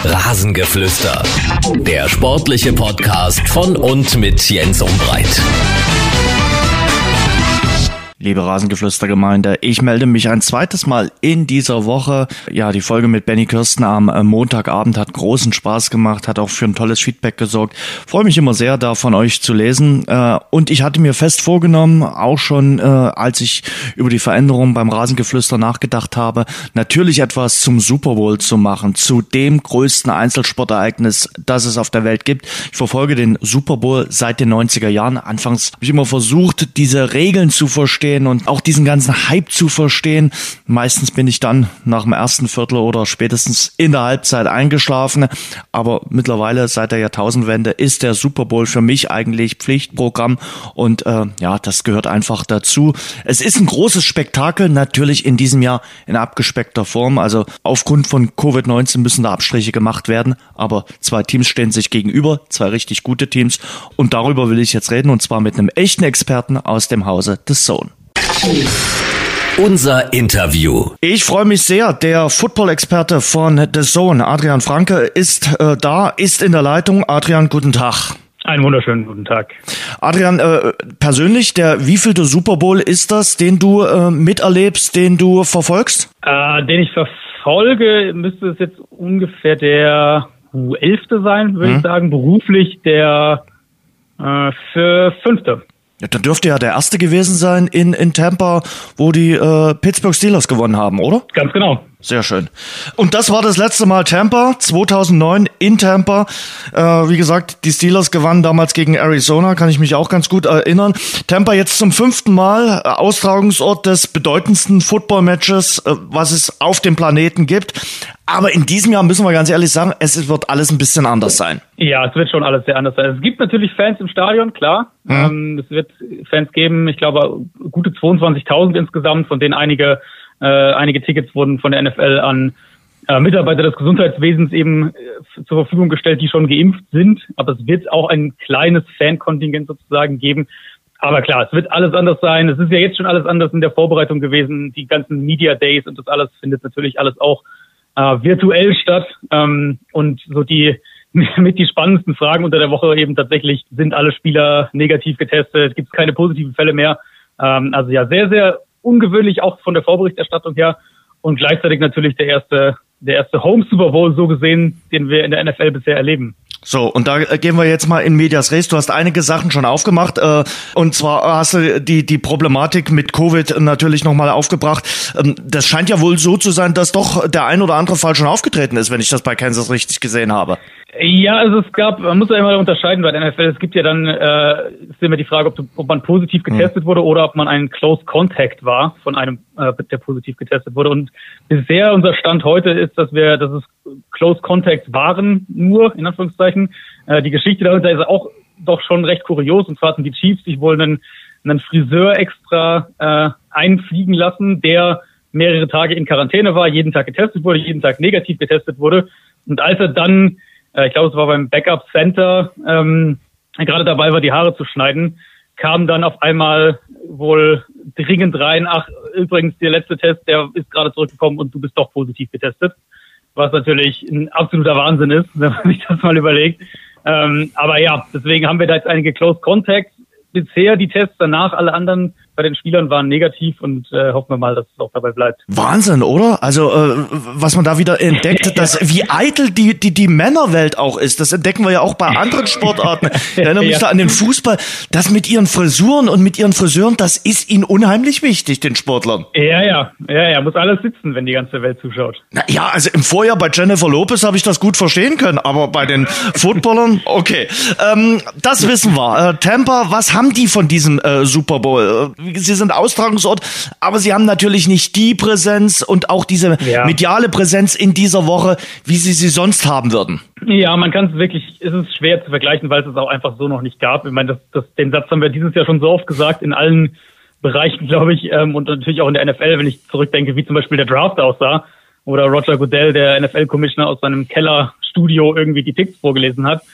Rasengeflüster, der sportliche Podcast von und mit Jens Umbreit. Liebe Rasengeflüster-Gemeinde, ich melde mich ein zweites Mal in dieser Woche. Ja, die Folge mit Benny Kirsten am Montagabend hat großen Spaß gemacht, hat auch für ein tolles Feedback gesorgt. Freue mich immer sehr, da von euch zu lesen. Und ich hatte mir fest vorgenommen, auch schon als ich über die Veränderungen beim Rasengeflüster nachgedacht habe, natürlich etwas zum Super Bowl zu machen, zu dem größten Einzelsportereignis, das es auf der Welt gibt. Ich verfolge den Super Bowl seit den 90er Jahren. Anfangs habe ich immer versucht, diese Regeln zu verstehen und auch diesen ganzen Hype zu verstehen. Meistens bin ich dann nach dem ersten Viertel oder spätestens in der Halbzeit eingeschlafen. Aber mittlerweile seit der Jahrtausendwende ist der Super Bowl für mich eigentlich Pflichtprogramm und ja, das gehört einfach dazu. Es ist ein großes Spektakel, natürlich in diesem Jahr in abgespeckter Form. Also aufgrund von Covid-19 müssen da Abstriche gemacht werden, aber zwei Teams stehen sich gegenüber, zwei richtig gute Teams und darüber will ich jetzt reden und zwar mit einem echten Experten aus dem Hause The Zone. Unser Interview. Ich freue mich sehr. Der Football-Experte von The Zone, Adrian Franke, ist ist in der Leitung. Adrian, guten Tag. Einen wunderschönen guten Tag. Adrian, persönlich, der wievielte Super Bowl ist das, den du miterlebst, den du verfolgst? Den ich verfolge, müsste es jetzt ungefähr der 11. sein, würde ich sagen. Beruflich der für 5. Ja, dann dürfte ja der erste gewesen sein in Tampa, wo die Pittsburgh Steelers gewonnen haben, oder? Ganz genau. Sehr schön. Und das war das letzte Mal Tampa, 2009 in Tampa. Wie gesagt, die Steelers gewannen damals gegen Arizona, kann ich mich auch ganz gut erinnern. Tampa jetzt zum 5. Mal Austragungsort des bedeutendsten Football-Matches, was es auf dem Planeten gibt. Aber in diesem Jahr müssen wir ganz ehrlich sagen, es wird alles ein bisschen anders sein. Ja, es wird schon alles sehr anders sein. Es gibt natürlich Fans im Stadion, klar. Es wird Fans geben, ich glaube, gute 22.000 insgesamt, von denen einige Tickets wurden von der NFL an Mitarbeiter des Gesundheitswesens eben zur Verfügung gestellt, die schon geimpft sind. Aber es wird auch ein kleines Fankontingent sozusagen geben. Aber klar, es wird alles anders sein. Es ist ja jetzt schon alles anders in der Vorbereitung gewesen. Die ganzen Media Days und das alles findet natürlich alles auch virtuell statt. Und so die spannendsten Fragen unter der Woche eben tatsächlich, sind alle Spieler negativ getestet? Gibt es keine positiven Fälle mehr? Also ja, sehr, sehr ungewöhnlich auch von der Vorberichterstattung her und gleichzeitig natürlich der erste Home Super Bowl so gesehen, den wir in der NFL bisher erleben. So, und da gehen wir jetzt mal in Medias Res. Du hast einige Sachen schon aufgemacht, und zwar hast du die Problematik mit Covid natürlich nochmal aufgebracht. Das scheint ja wohl so zu sein, dass doch der ein oder andere Fall schon aufgetreten ist, wenn ich das bei Kansas richtig gesehen habe. Ja, also man muss ja immer unterscheiden bei der NFL. Es gibt ja dann, ist immer die Frage, ob man positiv getestet wurde oder ob man ein Close Contact war von einem, der positiv getestet wurde. Und bisher unser Stand heute ist, dass es Close Contacts waren, nur, in Anführungszeichen. Die Geschichte dahinter ist auch doch schon recht kurios. Und zwar hatten die Chiefs sich wohl einen Friseur extra einfliegen lassen, der mehrere Tage in Quarantäne war, jeden Tag getestet wurde, jeden Tag negativ getestet wurde. Und als er dann, ich glaube, es war beim Backup Center, gerade dabei war, die Haare zu schneiden, kam dann auf einmal wohl dringend rein, ach, übrigens, der letzte Test, der ist gerade zurückgekommen und du bist doch positiv getestet. Was natürlich ein absoluter Wahnsinn ist, wenn man sich das mal überlegt. Aber ja, deswegen haben wir da jetzt einige Close Contacts. Bisher die Tests, danach alle anderen bei den Spielern waren negativ und hoffen wir mal, dass es auch dabei bleibt. Wahnsinn, oder? Also was man da wieder entdeckt, dass wie eitel die Männerwelt auch ist. Das entdecken wir ja auch bei anderen Sportarten. Ich erinnere mich da an den Fußball. Das mit ihren Frisuren und mit ihren Friseuren, das ist ihnen unheimlich wichtig, den Sportlern. Ja, muss alles sitzen, wenn die ganze Welt zuschaut. Na ja, also im Vorjahr bei Jennifer Lopez habe ich das gut verstehen können, aber bei den Footballern, okay. Das wissen wir. Tampa, was haben die von diesem Super Bowl? Sie sind Austragungsort, aber sie haben natürlich nicht die Präsenz und auch diese mediale Präsenz in dieser Woche, wie sie sonst haben würden. Ja, es ist schwer zu vergleichen, weil es es auch einfach so noch nicht gab. Ich meine, den Satz haben wir dieses Jahr schon so oft gesagt, in allen Bereichen, glaube ich, und natürlich auch in der NFL, wenn ich zurückdenke, wie zum Beispiel der Draft aussah oder Roger Goodell, der NFL-Commissioner, aus seinem Kellerstudio irgendwie die Picks vorgelesen hat.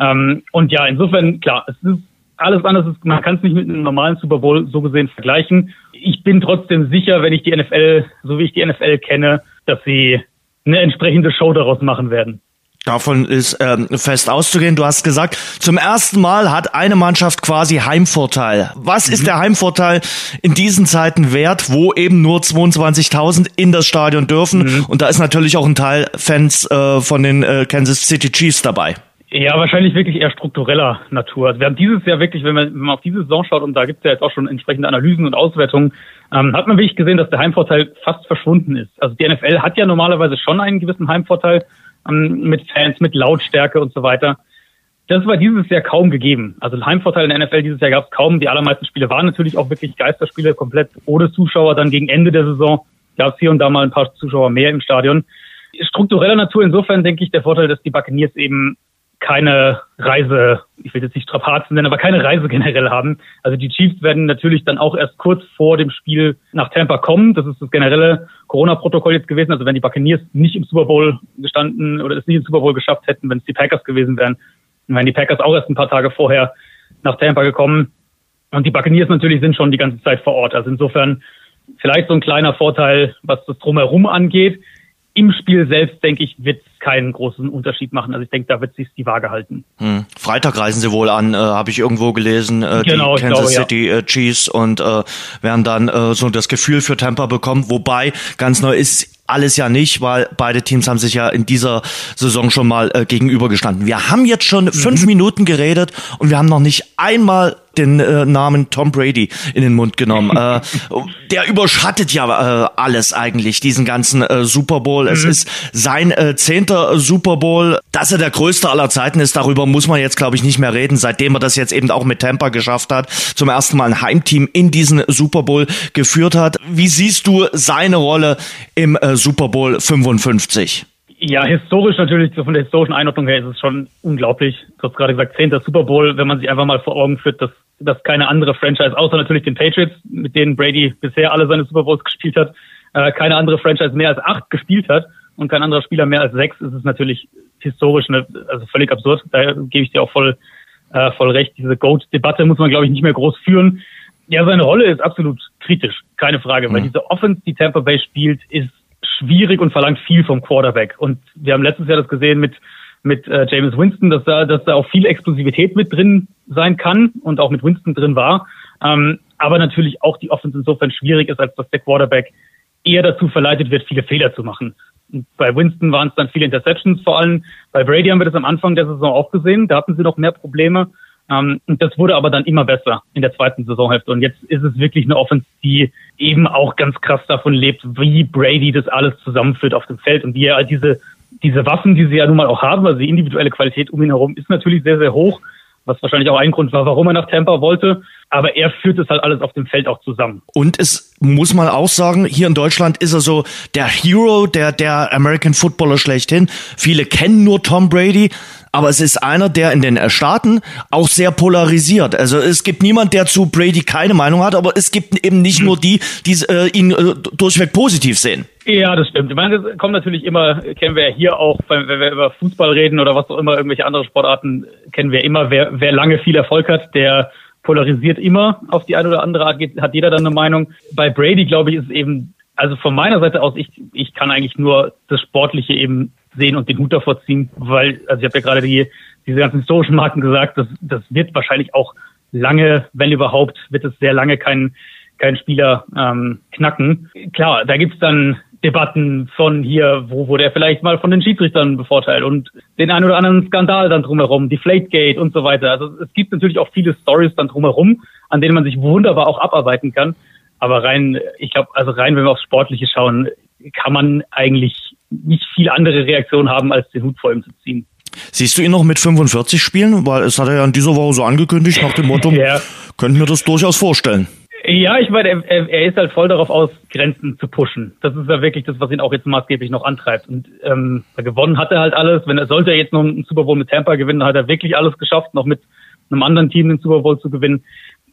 Und ja, insofern, klar, es ist alles anders, man kann es nicht mit einem normalen Super Bowl so gesehen vergleichen. Ich bin trotzdem sicher, wenn ich die NFL, so wie ich die NFL kenne, dass sie eine entsprechende Show daraus machen werden. Davon ist fest auszugehen. Du hast gesagt, zum ersten Mal hat eine Mannschaft quasi Heimvorteil. Was ist der Heimvorteil in diesen Zeiten wert, wo eben nur 22.000 in das Stadion dürfen? Und da ist natürlich auch ein Teil Fans von den Kansas City Chiefs dabei. Ja, wahrscheinlich wirklich eher struktureller Natur. Also wir haben dieses Jahr wirklich, wenn man auf diese Saison schaut, und da gibt es ja jetzt auch schon entsprechende Analysen und Auswertungen, hat man wirklich gesehen, dass der Heimvorteil fast verschwunden ist. Also die NFL hat ja normalerweise schon einen gewissen Heimvorteil mit Fans, mit Lautstärke und so weiter. Das war dieses Jahr kaum gegeben. Also Heimvorteil in der NFL dieses Jahr gab es kaum. Die allermeisten Spiele waren natürlich auch wirklich Geisterspiele, komplett ohne Zuschauer. Dann gegen Ende der Saison gab es hier und da mal ein paar Zuschauer mehr im Stadion. Struktureller Natur insofern, denke ich, der Vorteil, dass die Buccaneers eben keine Reise, ich will jetzt nicht Strapazen nennen, aber keine Reise generell haben. Also die Chiefs werden natürlich dann auch erst kurz vor dem Spiel nach Tampa kommen. Das ist das generelle Corona-Protokoll jetzt gewesen. Also wenn die Buccaneers nicht im Super Bowl gestanden oder es nicht im Super Bowl geschafft hätten, wenn es die Packers gewesen wären, dann wären die Packers auch erst ein paar Tage vorher nach Tampa gekommen. Und die Buccaneers natürlich sind schon die ganze Zeit vor Ort. Also insofern vielleicht so ein kleiner Vorteil, was das Drumherum angeht. Im Spiel selbst, denke ich, wird es keinen großen Unterschied machen. Also ich denke, da wird sich die Waage halten. Freitag reisen sie wohl an, habe ich irgendwo gelesen, genau, die Kansas City Chiefs und werden dann so das Gefühl für Tampa bekommen. Wobei, ganz neu ist alles ja nicht, weil beide Teams haben sich ja in dieser Saison schon mal gegenübergestanden. Wir haben jetzt schon 5 Minuten geredet und wir haben noch nicht einmal den Namen Tom Brady in den Mund genommen. Der überschattet ja alles eigentlich, diesen ganzen Super Bowl. Es ist sein 10. Super Bowl. Dass er der größte aller Zeiten ist, darüber muss man jetzt, glaube ich, nicht mehr reden, seitdem er das jetzt eben auch mit Tampa geschafft hat, zum ersten Mal ein Heimteam in diesen Super Bowl geführt hat. Wie siehst du seine Rolle im Super Bowl 55? Ja, historisch natürlich, von der historischen Einordnung her ist es schon unglaublich. Du hast gerade gesagt, 10. Super Bowl, wenn man sich einfach mal vor Augen führt, dass keine andere Franchise, außer natürlich den Patriots, mit denen Brady bisher alle seine Super Bowls gespielt hat, keine andere Franchise mehr als 8 gespielt hat und kein anderer Spieler mehr als 6, ist es natürlich historisch also völlig absurd. Da gebe ich dir auch voll recht. Diese GOAT-Debatte muss man, glaube ich, nicht mehr groß führen. Ja, seine Rolle ist absolut kritisch, keine Frage, weil diese Offense, die Tampa Bay spielt, ist schwierig und verlangt viel vom Quarterback. Und wir haben letztes Jahr das gesehen mit Jameis Winston, dass da auch viel Explosivität mit drin sein kann und auch mit Winston drin war. Aber natürlich auch die Offense insofern schwierig ist, als dass der Quarterback eher dazu verleitet wird, viele Fehler zu machen. Und bei Winston waren es dann viele Interceptions vor allem. Bei Brady haben wir das am Anfang der Saison auch gesehen. Da hatten sie noch mehr Probleme. Und das wurde aber dann immer besser in der zweiten Saisonhälfte. Und jetzt ist es wirklich eine Offense, die eben auch ganz krass davon lebt, wie Brady das alles zusammenführt auf dem Feld und wie er diese Waffen, die sie ja nun mal auch haben, also die individuelle Qualität um ihn herum ist natürlich sehr, sehr hoch, was wahrscheinlich auch ein Grund war, warum er nach Tampa wollte. Aber er führt es halt alles auf dem Feld auch zusammen. Und es muss man auch sagen, hier in Deutschland ist er so der Hero, der American Footballer schlechthin. Viele kennen nur Tom Brady, aber es ist einer, der in den Staaten auch sehr polarisiert. Also es gibt niemand, der zu Brady keine Meinung hat, aber es gibt eben nicht nur die ihn durchweg positiv sehen. Ja, das stimmt. Ich meine, das kommt natürlich immer, kennen wir ja hier auch, wenn wir über Fußball reden oder was auch immer, irgendwelche andere Sportarten, kennen wir immer, wer lange viel Erfolg hat, der polarisiert immer auf die eine oder andere Art, hat jeder dann eine Meinung. Bei Brady, glaube ich, ist es eben, also von meiner Seite aus, ich kann eigentlich nur das Sportliche eben sehen und den Hut davor ziehen, weil, also ich habe ja gerade diese ganzen historischen Marken gesagt, das wird wahrscheinlich auch lange, wenn überhaupt, wird es sehr lange kein Spieler knacken. Klar, da gibt's dann Debatten von hier, wo wurde er vielleicht mal von den Schiedsrichtern bevorteilt und den einen oder anderen Skandal dann drumherum, Deflategate und so weiter. Also es gibt natürlich auch viele Stories dann drumherum, an denen man sich wunderbar auch abarbeiten kann. Aber rein, wenn wir aufs Sportliche schauen, kann man eigentlich nicht viel andere Reaktion haben, als den Hut vor ihm zu ziehen. Siehst du ihn noch mit 45 spielen? Weil es hat er ja in dieser Woche so angekündigt, nach dem Motto, könnten wir das durchaus vorstellen. Ja, ich meine, er ist halt voll darauf aus, Grenzen zu pushen. Das ist ja wirklich das, was ihn auch jetzt maßgeblich noch antreibt. Und gewonnen hat er halt alles. Sollte er jetzt noch einen Super Bowl mit Tampa gewinnen, dann hat er wirklich alles geschafft, noch mit einem anderen Team den Super Bowl zu gewinnen.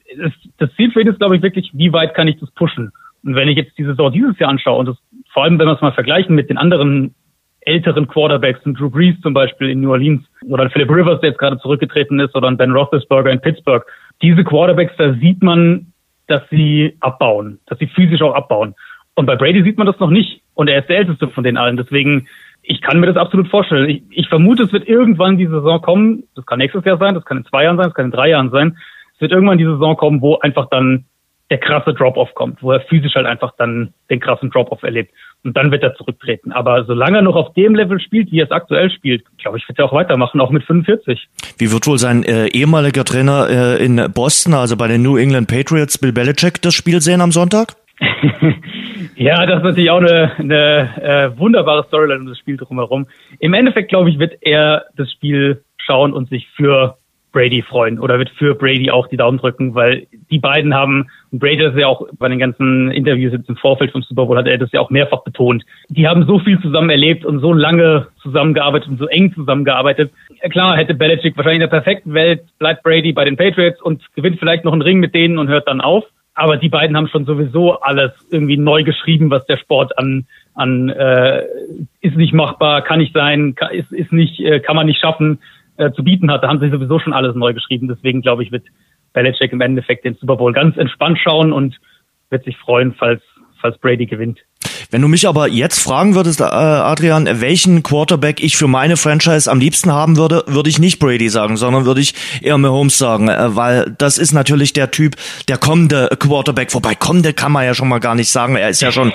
Das Ziel für ihn ist, glaube ich, wirklich, wie weit kann ich das pushen? Und wenn ich jetzt die Saison dieses Jahr anschaue, und das, vor allem, wenn wir es mal vergleichen mit den anderen älteren Quarterbacks, ein Drew Brees zum Beispiel in New Orleans, oder ein Philip Rivers, der jetzt gerade zurückgetreten ist, oder ein Ben Roethlisberger in Pittsburgh. Diese Quarterbacks, da sieht man, dass sie abbauen, dass sie physisch auch abbauen. Und bei Brady sieht man das noch nicht. Und er ist der Älteste von den allen. Deswegen, Ich kann mir das absolut vorstellen. Ich vermute, es wird irgendwann die Saison kommen. Das kann nächstes Jahr sein, das kann in 2 Jahren sein, das kann in 3 Jahren sein. Es wird irgendwann die Saison kommen, wo einfach dann der krasse Drop-Off kommt, wo er physisch halt einfach dann den krassen Drop-Off erlebt. Und dann wird er zurücktreten. Aber solange er noch auf dem Level spielt, wie er es aktuell spielt, glaube ich, wird er auch weitermachen, auch mit 45. Wie wird wohl sein ehemaliger Trainer in Boston, also bei den New England Patriots, Bill Belichick, das Spiel sehen am Sonntag? Ja, das ist natürlich auch eine wunderbare Storyline um das Spiel drumherum. Im Endeffekt, glaube ich, wird er das Spiel schauen und sich für Brady freuen oder wird für Brady auch die Daumen drücken, weil die beiden haben, und Brady das ja auch bei den ganzen Interviews jetzt im Vorfeld vom Super Bowl hat er das ja auch mehrfach betont. Die haben so viel zusammen erlebt und so lange zusammengearbeitet und so eng zusammengearbeitet. Klar, hätte Belichick wahrscheinlich in der perfekten Welt, bleibt Brady bei den Patriots und gewinnt vielleicht noch einen Ring mit denen und hört dann auf. Aber die beiden haben schon sowieso alles irgendwie neu geschrieben, was der Sport ist nicht machbar, kann nicht sein, ist nicht, kann man nicht schaffen, zu bieten hat. Da haben sie sowieso schon alles neu geschrieben. Deswegen, glaube ich, wird Belichick im Endeffekt den Super Bowl ganz entspannt schauen und wird sich freuen, falls Brady gewinnt. Wenn du mich aber jetzt fragen würdest, Adrian, welchen Quarterback ich für meine Franchise am liebsten haben würde, würde ich nicht Brady sagen, sondern würde ich eher Mahomes sagen, weil das ist natürlich der Typ, der kommende Quarterback. Wobei kommende kann man ja schon mal gar nicht sagen. Er ist ja schon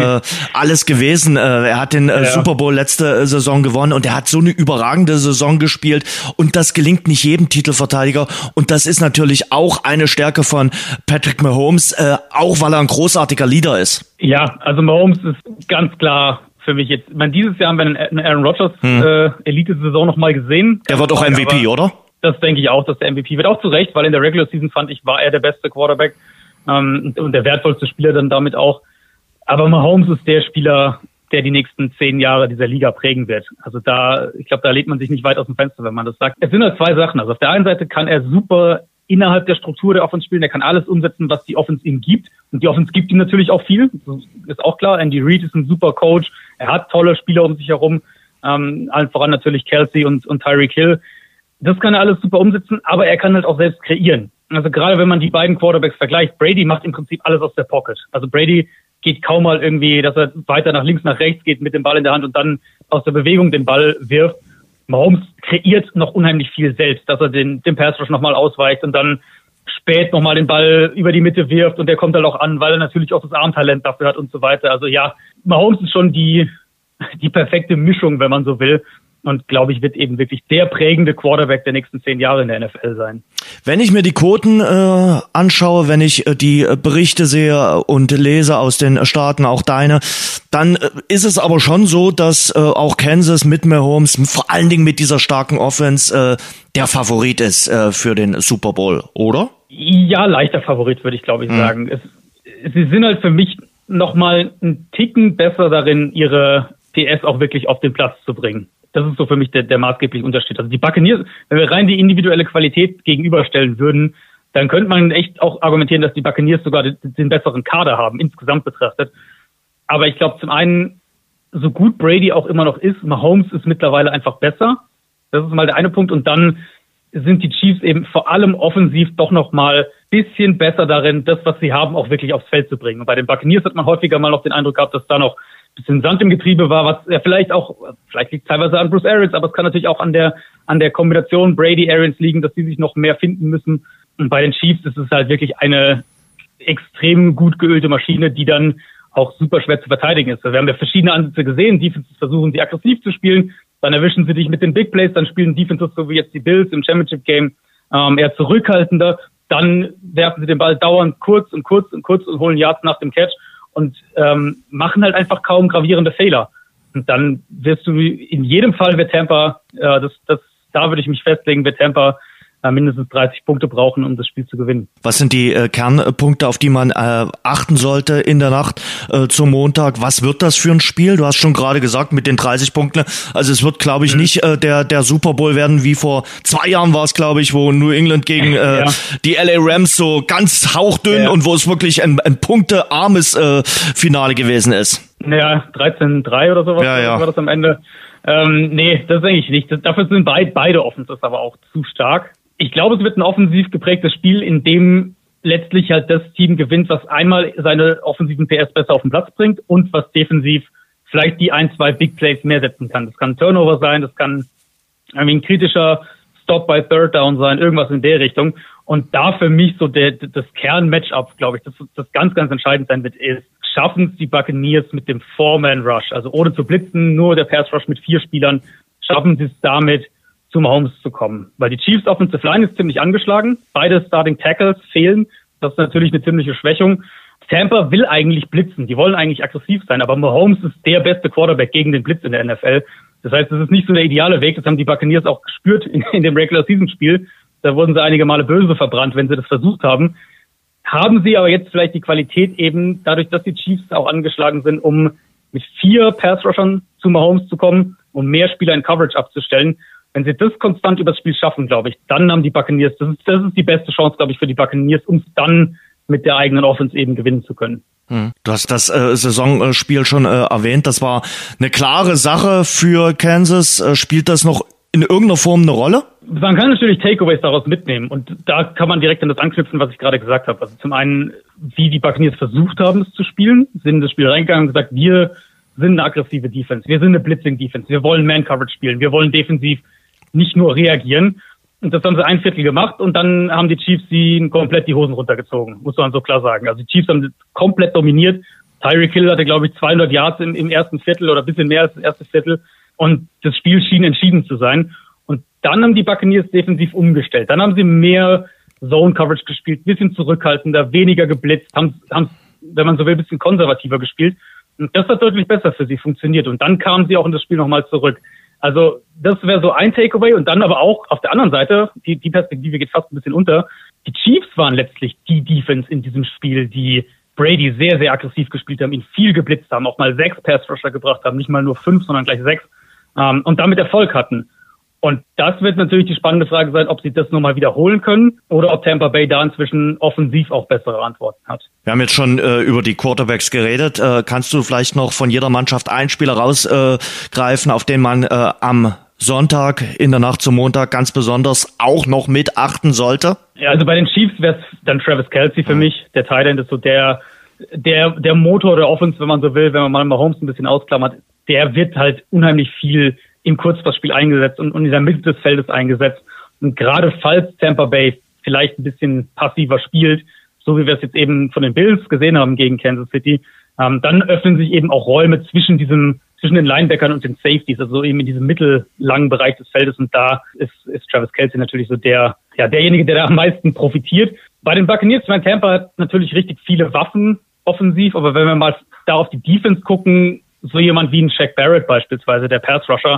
alles gewesen. Er hat den Super Bowl letzte Saison gewonnen und er hat so eine überragende Saison gespielt und das gelingt nicht jedem Titelverteidiger und das ist natürlich auch eine Stärke von Patrick Mahomes, auch weil er ein großartiger Leader ist. Ja, also Mahomes ist ganz klar für mich jetzt. Ich meine, dieses Jahr haben wir eine Aaron Rodgers Elite-Saison nochmal gesehen. Der wird auch MVP, oder? Das denke ich auch, dass der MVP wird. Auch zu Recht, weil in der Regular Season fand ich, war er der beste Quarterback und der wertvollste Spieler dann damit auch. Aber Mahomes ist der Spieler, der die nächsten 10 Jahre dieser Liga prägen wird. Also ich glaube, da lehnt man sich nicht weit aus dem Fenster, wenn man das sagt. Es sind halt 2 Sachen. Also auf der einen Seite kann er super innerhalb der Struktur der Offense spielen. Der kann alles umsetzen, was die Offense ihm gibt. Und die Offense gibt ihm natürlich auch viel. Das ist auch klar. Andy Reid ist ein super Coach. Er hat tolle Spieler um sich herum. Allen voran natürlich Kelsey und Tyreek Hill. Das kann er alles super umsetzen, aber er kann halt auch selbst kreieren. Also gerade wenn man die beiden Quarterbacks vergleicht, Brady macht im Prinzip alles aus der Pocket. Also Brady geht kaum mal irgendwie, dass er weiter nach links, nach rechts geht mit dem Ball in der Hand und dann aus der Bewegung den Ball wirft. Mahomes kreiert noch unheimlich viel selbst, dass er dem Pass Rush nochmal ausweicht und dann spät nochmal den Ball über die Mitte wirft und der kommt halt auch an, weil er natürlich auch das Armtalent dafür hat und so weiter. Also ja, Mahomes ist schon die perfekte Mischung, wenn man so will. Und glaube ich, wird eben wirklich der prägende Quarterback der nächsten 10 Jahre in der NFL sein. Wenn ich mir die Quoten anschaue, wenn ich die Berichte sehe und lese aus den Staaten, auch deine, dann ist es aber schon so, dass auch Kansas mit Mahomes, vor allen Dingen mit dieser starken Offense, der Favorit ist für den Super Bowl, oder? Ja, leichter Favorit, würde ich glaube ich sagen. Sie sind halt für mich nochmal einen Ticken besser darin, ihre PS auch wirklich auf den Platz zu bringen. Das ist so für mich der maßgebliche Unterschied. Also die Buccaneers, wenn wir rein die individuelle Qualität gegenüberstellen würden, dann könnte man echt auch argumentieren, dass die Buccaneers sogar den besseren Kader haben, insgesamt betrachtet. Aber ich glaube, zum einen, so gut Brady auch immer noch ist, Mahomes ist mittlerweile einfach besser. Das ist mal der eine Punkt. Und dann sind die Chiefs eben vor allem offensiv doch noch mal bisschen besser darin, das, was sie haben, auch wirklich aufs Feld zu bringen. Und bei den Buccaneers hat man häufiger mal noch den Eindruck gehabt, dass da noch bisschen Sand im Getriebe war, was ja vielleicht liegt teilweise an Bruce Arians, aber es kann natürlich auch an der Kombination Brady-Arians liegen, dass die sich noch mehr finden müssen. Und bei den Chiefs ist es halt wirklich eine extrem gut geölte Maschine, die dann auch super schwer zu verteidigen ist. Wir haben ja verschiedene Ansätze gesehen. Defenses versuchen, sie aggressiv zu spielen, dann erwischen sie dich mit den Big Plays, dann spielen Defenses so wie jetzt die Bills im Championship Game eher zurückhaltender, dann werfen sie den Ball dauernd kurz und holen Yards nach dem Catch und machen halt einfach kaum gravierende Fehler. Und dann wirst du in jedem Fall, wird Tampa, da würde ich mich festlegen, wird Tampa mindestens 30 Punkte brauchen, um das Spiel zu gewinnen. Was sind die Kernpunkte, auf die man achten sollte in der Nacht zum Montag? Was wird das für ein Spiel? Du hast schon gerade gesagt, mit den 30 Punkten. Also es wird, glaube ich, nicht der Super Bowl werden, wie vor 2 Jahren war es, glaube ich, wo New England gegen die LA Rams so ganz hauchdünn und wo es wirklich ein punktearmes Finale gewesen ist. Ja, 13-3 oder sowas war das am Ende. Nee, das denke ich nicht. Dafür sind beide Offenses aber auch zu stark. Ich glaube, es wird ein offensiv geprägtes Spiel, in dem letztlich halt das Team gewinnt, was einmal seine offensiven PS besser auf den Platz bringt und was defensiv vielleicht die 1-2 Big Plays mehr setzen kann. Das kann ein Turnover sein, das kann irgendwie ein kritischer Stop by Third Down sein, irgendwas in der Richtung. Und da für mich so das Kern-Matchup, glaube ich, das ganz, ganz entscheidend sein wird, ist, schaffen es die Buccaneers mit dem Four-Man-Rush, also ohne zu blitzen, nur der Pass-Rush mit 4 Spielern, schaffen sie es damit, zu Mahomes zu kommen. Weil die Chiefs Offensive Line ist ziemlich angeschlagen, beide Starting Tackles fehlen, das ist natürlich eine ziemliche Schwächung. Tampa will eigentlich blitzen, die wollen eigentlich aggressiv sein, aber Mahomes ist der beste Quarterback gegen den Blitz in der NFL. Das heißt, das ist nicht so der ideale Weg, das haben die Buccaneers auch gespürt in dem Regular-Season-Spiel. Da wurden sie einige Male böse verbrannt, wenn sie das versucht haben. Haben sie aber jetzt vielleicht die Qualität eben, dadurch, dass die Chiefs auch angeschlagen sind, um mit 4 Pass-Rushern zu Mahomes zu kommen, um mehr Spieler in Coverage abzustellen. Wenn sie das konstant übers Spiel schaffen, glaube ich, dann haben die Buccaneers, das ist die beste Chance, glaube ich, für die Buccaneers, um es dann mit der eigenen Offense eben gewinnen zu können. Du hast das Saisonspiel schon erwähnt, das war eine klare Sache für Kansas. Spielt das noch in irgendeiner Form eine Rolle? Man kann natürlich Takeaways daraus mitnehmen und da kann man direkt an das anknüpfen, was ich gerade gesagt habe. Also zum einen, wie die Buccaneers versucht haben, es zu spielen, sind in das Spiel reingegangen und gesagt, wir sind eine aggressive Defense, wir sind eine Blitzing-Defense, wir wollen Man-Coverage spielen, wir wollen defensiv nicht nur reagieren. Und das haben sie 1/4 gemacht und dann haben die Chiefs sie komplett die Hosen runtergezogen, muss man so klar sagen. Also die Chiefs haben komplett dominiert. Tyreek Hill hatte, glaube ich, 200 Yards im ersten Viertel oder ein bisschen mehr als das erste Viertel. Und das Spiel schien entschieden zu sein. Und dann haben die Buccaneers defensiv umgestellt. Dann haben sie mehr Zone-Coverage gespielt, ein bisschen zurückhaltender, weniger geblitzt, haben, wenn man so will, ein bisschen konservativer gespielt. Und das hat deutlich besser für sie funktioniert. Und dann kamen sie auch in das Spiel nochmal zurück. Also das wäre so ein Takeaway. Und dann aber auch auf der anderen Seite, die Perspektive geht fast ein bisschen unter, die Chiefs waren letztlich die Defense in diesem Spiel, die Brady sehr, sehr aggressiv gespielt haben, ihn viel geblitzt haben, auch mal 6 Pass-Rusher gebracht haben, nicht mal nur 5, sondern gleich 6 und damit Erfolg hatten. Und das wird natürlich die spannende Frage sein, ob sie das nochmal wiederholen können oder ob Tampa Bay da inzwischen offensiv auch bessere Antworten hat. Wir haben jetzt schon über die Quarterbacks geredet. Kannst du vielleicht noch von jeder Mannschaft einen Spieler rausgreifen, auf den man am Sonntag in der Nacht zum Montag ganz besonders auch noch mit achten sollte? Ja, also bei den Chiefs wäre es dann Travis Kelce für mich. Der Tight End ist so der Motor der Offense, wenn man so will, wenn man mal Mahomes ein bisschen ausklammert. Der wird halt unheimlich viel im Kurzpassspiel eingesetzt und in der Mitte des Feldes eingesetzt. Und gerade falls Tampa Bay vielleicht ein bisschen passiver spielt, so wie wir es jetzt eben von den Bills gesehen haben gegen Kansas City, dann öffnen sich eben auch Räume zwischen den Linebackern und den Safeties, also eben in diesem mittellangen Bereich des Feldes. Und da ist Travis Kelce natürlich so derjenige, der da am meisten profitiert. Bei den Buccaneers, Tampa hat natürlich richtig viele Waffen offensiv, aber wenn wir mal da auf die Defense gucken, so jemand wie ein Shaq Barrett beispielsweise, der Pass-Rusher,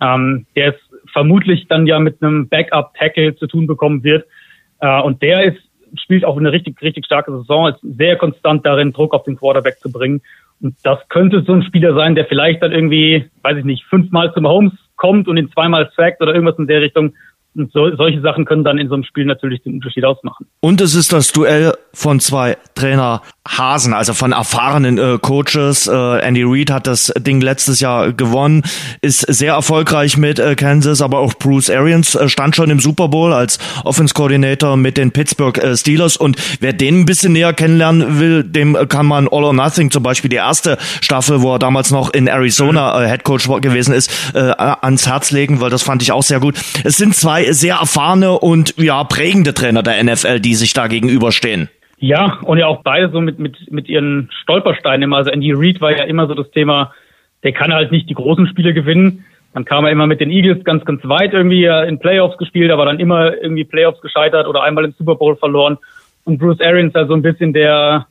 der es vermutlich dann ja mit einem Backup-Tackle zu tun bekommen wird. Und der spielt auch eine richtig, richtig starke Saison, ist sehr konstant darin, Druck auf den Quarterback zu bringen. Und das könnte so ein Spieler sein, der vielleicht dann irgendwie, weiß ich nicht, 5-mal zum Mahomes kommt und ihn 2-mal sackt oder irgendwas in der Richtung. Und solche Sachen können dann in so einem Spiel natürlich den Unterschied ausmachen. Und es ist das Duell von 2 Trainerhasen, also von erfahrenen Coaches. Andy Reid hat das Ding letztes Jahr gewonnen, ist sehr erfolgreich mit Kansas, aber auch Bruce Arians stand schon im Super Bowl als Offense Coordinator mit den Pittsburgh Steelers. Und wer den ein bisschen näher kennenlernen will, dem kann man All or Nothing, zum Beispiel die erste Staffel, wo er damals noch in Arizona Head Coach gewesen ist, ans Herz legen, weil das fand ich auch sehr gut. Es sind 2 sehr erfahrene und prägende Trainer der NFL, die sich da gegenüberstehen. Ja, und ja auch beide so mit ihren Stolpersteinen immer. Also Andy Reid war ja immer so das Thema, der kann halt nicht die großen Spiele gewinnen. Dann kam er immer mit den Eagles ganz, ganz weit irgendwie in Playoffs gespielt, aber dann immer irgendwie Playoffs gescheitert oder einmal im Super Bowl verloren. Und Bruce Arians war so ein bisschen der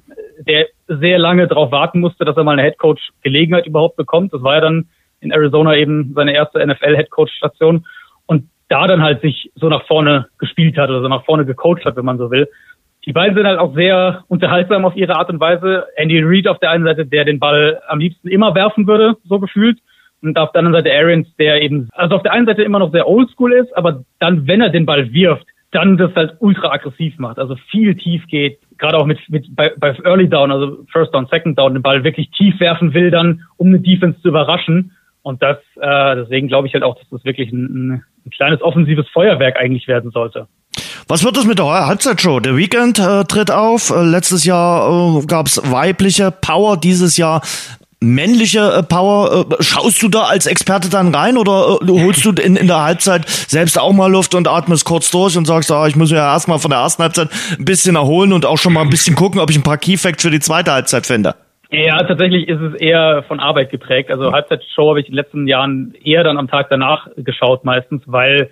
sehr lange darauf warten musste, dass er mal eine Headcoach-Gelegenheit überhaupt bekommt. Das war ja dann in Arizona eben seine erste NFL-Headcoach-Station. Und da dann halt sich so nach vorne gespielt hat oder so nach vorne gecoacht hat, wenn man so will. Die beiden sind halt auch sehr unterhaltsam auf ihre Art und Weise. Andy Reid auf der einen Seite, der den Ball am liebsten immer werfen würde, so gefühlt. Und auf der anderen Seite Arians, der eben, also auf der einen Seite immer noch sehr oldschool ist, aber dann, wenn er den Ball wirft, dann das halt ultra aggressiv macht, also viel tief geht, gerade auch bei Early Down, also First Down, Second Down, den Ball wirklich tief werfen will dann, um eine Defense zu überraschen. Und deswegen glaube ich halt auch, dass das wirklich ein kleines offensives Feuerwerk eigentlich werden sollte. Was wird das mit der Halbzeitshow? The Weeknd tritt auf. Letztes Jahr gab's weibliche Power, dieses Jahr männliche Power. Schaust du da als Experte dann rein oder holst du in der Halbzeit selbst auch mal Luft und atmest kurz durch und sagst, ich muss ja erstmal von der ersten Halbzeit ein bisschen erholen und auch schon mal ein bisschen gucken, ob ich ein paar Key-Facts für die zweite Halbzeit finde? Ja, tatsächlich ist es eher von Arbeit geprägt. Also Halbzeitshow habe ich in den letzten Jahren eher dann am Tag danach geschaut meistens, weil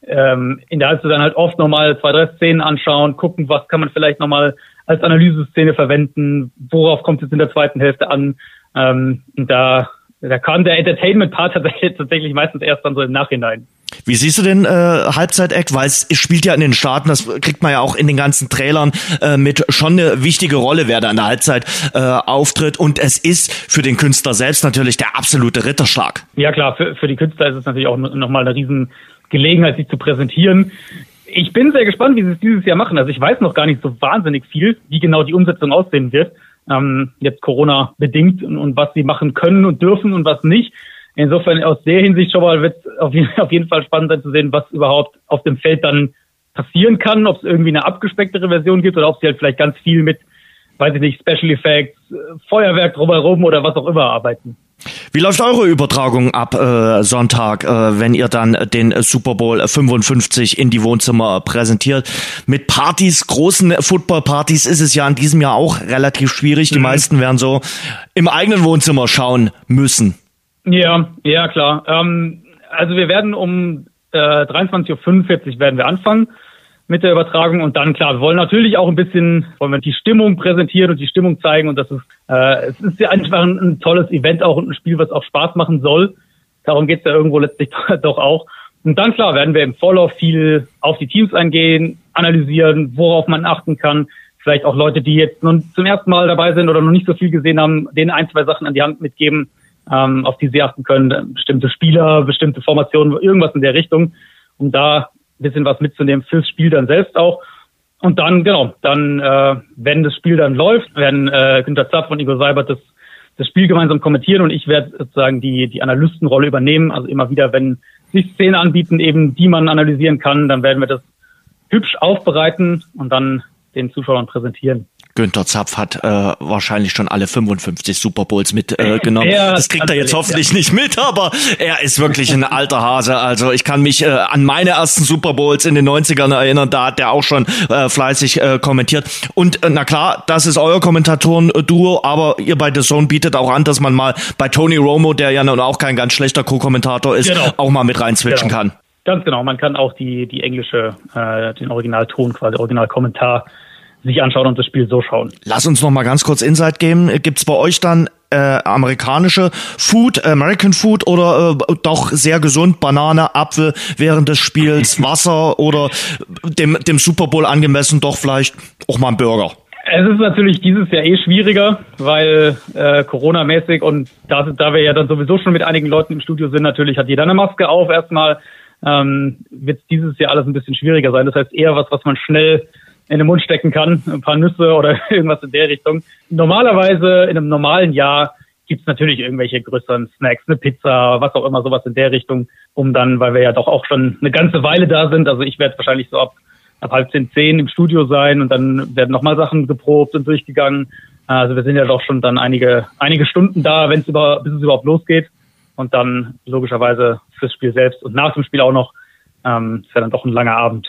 in der Halbzeit dann halt oft nochmal 2, 3 Szenen anschauen, gucken, was kann man vielleicht nochmal als Analyseszene verwenden, worauf kommt es in der zweiten Hälfte an. Und da kam der Entertainment-Part tatsächlich meistens erst dann so im Nachhinein. Wie siehst du den Halbzeit-Act? Weil es spielt ja in den Staaten, das kriegt man ja auch in den ganzen Trailern mit, schon eine wichtige Rolle, wer da in der Halbzeit auftritt. Und es ist für den Künstler selbst natürlich der absolute Ritterschlag. Ja klar, für die Künstler ist es natürlich auch nochmal eine riesen Gelegenheit, sich zu präsentieren. Ich bin sehr gespannt, wie sie es dieses Jahr machen. Also ich weiß noch gar nicht so wahnsinnig viel, wie genau die Umsetzung aussehen wird. Jetzt Corona bedingt und was sie machen können und dürfen und was nicht. Insofern aus der Hinsicht schon mal wird es auf jeden Fall spannend sein zu sehen, was überhaupt auf dem Feld dann passieren kann, ob es irgendwie eine abgespecktere Version gibt oder ob sie halt vielleicht ganz viel mit, weiß ich nicht, Special Effects, Feuerwerk drumherum oder was auch immer arbeiten. Wie läuft eure Übertragung ab Sonntag, wenn ihr dann den Super Bowl 55 in die Wohnzimmer präsentiert? Mit Partys, großen Football-Partys ist es ja in diesem Jahr auch relativ schwierig. Die meisten werden so im eigenen Wohnzimmer schauen müssen. Ja, klar. Also wir werden um 23:45 Uhr werden wir anfangen mit der Übertragung und dann, klar, wir wollen natürlich auch ein bisschen, wollen wir die Stimmung präsentieren und die Stimmung zeigen und das ist, es ist ja einfach ein tolles Event auch und ein Spiel, was auch Spaß machen soll. Darum geht's ja irgendwo letztlich doch auch. Und dann, klar, werden wir im Vorlauf viel auf die Teams eingehen, analysieren, worauf man achten kann. Vielleicht auch Leute, die jetzt nun zum ersten Mal dabei sind oder noch nicht so viel gesehen haben, denen 1, 2 Sachen an die Hand mitgeben, auf die sie achten können. Bestimmte Spieler, bestimmte Formationen, irgendwas in der Richtung, um da ein bisschen was mitzunehmen fürs Spiel dann selbst auch. Und dann, wenn das Spiel dann läuft, werden Günther Zapf und Ingo Seibert das Spiel gemeinsam kommentieren und ich werde sozusagen die Analystenrolle übernehmen. Also immer wieder, wenn sich Szenen anbieten, eben die man analysieren kann, dann werden wir das hübsch aufbereiten und dann den Zuschauern präsentieren. Günther Zapf hat wahrscheinlich schon alle 55 Super Bowls mitgenommen. Das kriegt er jetzt hoffentlich nicht mit, aber er ist wirklich ein alter Hase. Also ich kann mich an meine ersten Super Bowls in den 90ern erinnern, da hat der auch schon fleißig kommentiert. Und na klar, das ist euer Kommentatoren-Duo, aber ihr bei The Zone bietet auch an, dass man mal bei Tony Romo, der ja nun auch kein ganz schlechter Co-Kommentator ist, auch mal mit rein switchen kann. Ganz genau, man kann auch die englische, den Originalton quasi, Originalkommentar sich anschauen und das Spiel so schauen. Lass uns noch mal ganz kurz Insight geben. Gibt's bei euch dann amerikanische Food, American Food oder doch sehr gesund, Banane, Apfel während des Spiels, Wasser oder dem Super Bowl angemessen doch vielleicht auch mal ein Burger? Es ist natürlich dieses Jahr schwieriger, weil Corona-mäßig und da wir ja dann sowieso schon mit einigen Leuten im Studio sind, natürlich hat jeder eine Maske auf erstmal, wird dieses Jahr alles ein bisschen schwieriger sein. Das heißt eher was man schnell in den Mund stecken kann, ein paar Nüsse oder irgendwas in der Richtung. Normalerweise in einem normalen Jahr gibt's natürlich irgendwelche größeren Snacks, eine Pizza, was auch immer, sowas in der Richtung, um dann, weil wir ja doch auch schon eine ganze Weile da sind, also ich werde wahrscheinlich so ab 9:30 im Studio sein und dann werden nochmal Sachen geprobt und durchgegangen. Also wir sind ja doch schon dann einige Stunden da, bis es überhaupt losgeht und dann logischerweise fürs Spiel selbst und nach dem Spiel auch noch, ist ja dann doch ein langer Abend.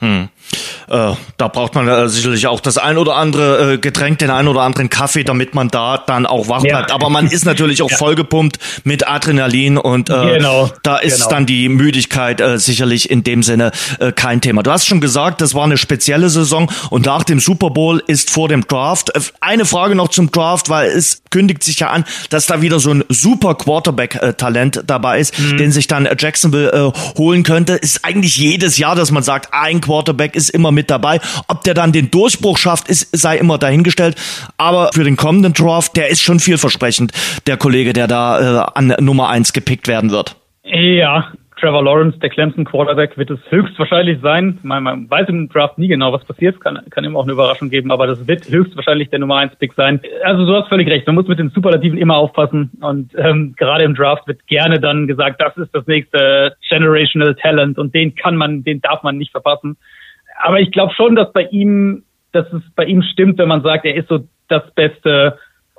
Da braucht man sicherlich auch das ein oder andere Getränk, den ein oder anderen Kaffee, damit man da dann auch wach bleibt. Ja. Aber man ist natürlich auch vollgepumpt mit Adrenalin und da ist dann die Müdigkeit sicherlich in dem Sinne kein Thema. Du hast schon gesagt, das war eine spezielle Saison und nach dem Super Bowl ist vor dem Draft. Eine Frage noch zum Draft, weil es kündigt sich ja an, dass da wieder so ein super Quarterback-Talent dabei ist, den sich dann Jacksonville holen könnte. Ist eigentlich jedes Jahr, dass man sagt, ein Quarterback ist immer mit dabei. Ob der dann den Durchbruch schafft, sei immer dahingestellt. Aber für den kommenden Draft, der ist schon vielversprechend, der Kollege, der da an Nummer 1 gepickt werden wird. Ja, Trevor Lawrence, der Clemson Quarterback, wird es höchstwahrscheinlich sein. Man weiß im Draft nie genau, was passiert. Kann immer auch eine Überraschung geben, aber das wird höchstwahrscheinlich der Nummer 1 Pick sein. Also du hast völlig recht. Man muss mit den Superlativen immer aufpassen und gerade im Draft wird gerne dann gesagt, das ist das nächste Generational Talent und den darf man nicht verpassen. Aber ich glaube schon, dass es bei ihm stimmt, wenn man sagt, er ist so das beste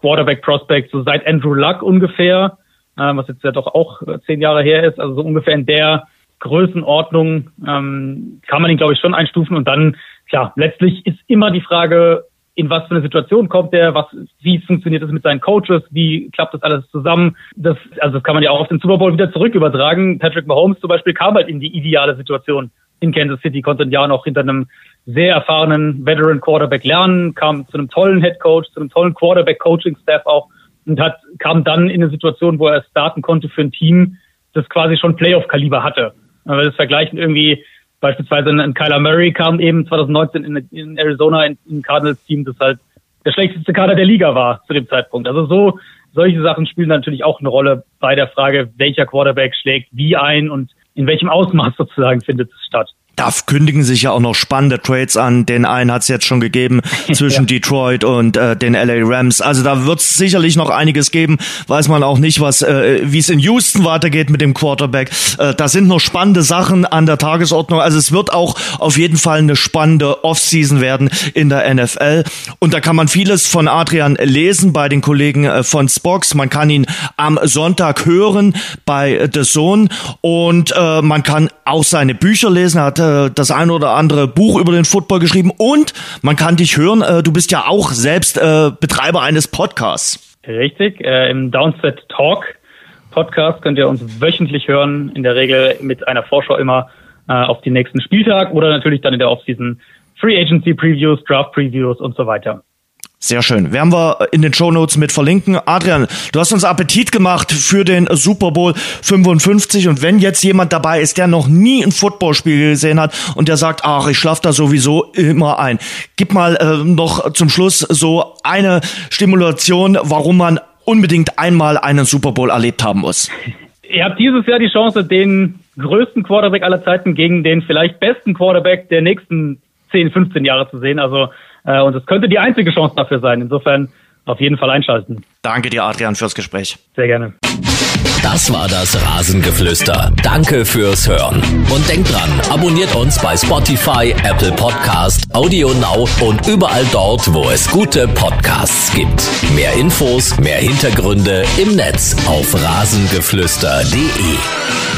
Quarterback-Prospect, so seit Andrew Luck ungefähr, was jetzt ja doch auch 10 Jahre her ist, also so ungefähr in der Größenordnung kann man ihn, glaube ich, schon einstufen. Und dann, klar, letztlich ist immer die Frage, in was für eine Situation kommt der, wie funktioniert das mit seinen Coaches, wie klappt das alles zusammen. Das kann man ja auch auf den Super Bowl wieder zurück übertragen. Patrick Mahomes zum Beispiel kam halt in die ideale Situation in Kansas City, konnte ein Jahr noch hinter einem sehr erfahrenen Veteran Quarterback lernen, kam zu einem tollen Head Coach, zu einem tollen Quarterback Coaching Staff auch und kam dann in eine Situation, wo er starten konnte für ein Team, das quasi schon Playoff-Kaliber hatte. Wenn wir das vergleichen, irgendwie beispielsweise ein Kyler Murray kam eben 2019 in Arizona in Cardinals-Team, das halt der schlechteste Kader der Liga war zu dem Zeitpunkt. Also solche Sachen spielen natürlich auch eine Rolle bei der Frage, welcher Quarterback schlägt wie ein und in welchem Ausmaß sozusagen findet es statt. Da kündigen sich ja auch noch spannende Trades an. Den einen hat es jetzt schon gegeben zwischen Detroit und den LA Rams. Also da wird es sicherlich noch einiges geben. Weiß man auch nicht, wie es in Houston weitergeht mit dem Quarterback. Da sind noch spannende Sachen an der Tagesordnung. Also es wird auch auf jeden Fall eine spannende Offseason werden in der NFL. Und da kann man vieles von Adrian lesen bei den Kollegen von Spox. Man kann ihn am Sonntag hören bei The Zone und man kann auch seine Bücher lesen. Er hat das ein oder andere Buch über den Football geschrieben und man kann dich hören. Du bist ja auch selbst Betreiber eines Podcasts. Richtig, im Downset Talk Podcast könnt ihr uns wöchentlich hören, in der Regel mit einer Vorschau immer auf den nächsten Spieltag oder natürlich dann in der Offseason Free Agency Previews, Draft Previews und so weiter. Sehr schön. Werden wir in den Shownotes mit verlinken. Adrian, du hast uns Appetit gemacht für den Super Bowl 55 und wenn jetzt jemand dabei ist, der noch nie ein Footballspiel gesehen hat und der sagt, ach, ich schlafe da sowieso immer ein. Gib mal noch zum Schluss so eine Stimulation, warum man unbedingt einmal einen Super Bowl erlebt haben muss. Ihr habt dieses Jahr die Chance, den größten Quarterback aller Zeiten gegen den vielleicht besten Quarterback der nächsten 10, 15 Jahre zu sehen. Und es könnte die einzige Chance dafür sein. Insofern auf jeden Fall einschalten. Danke dir, Adrian, fürs Gespräch. Sehr gerne. Das war das Rasengeflüster. Danke fürs Hören. Und denkt dran, abonniert uns bei Spotify, Apple Podcast, Audio Now und überall dort, wo es gute Podcasts gibt. Mehr Infos, mehr Hintergründe im Netz auf rasengeflüster.de.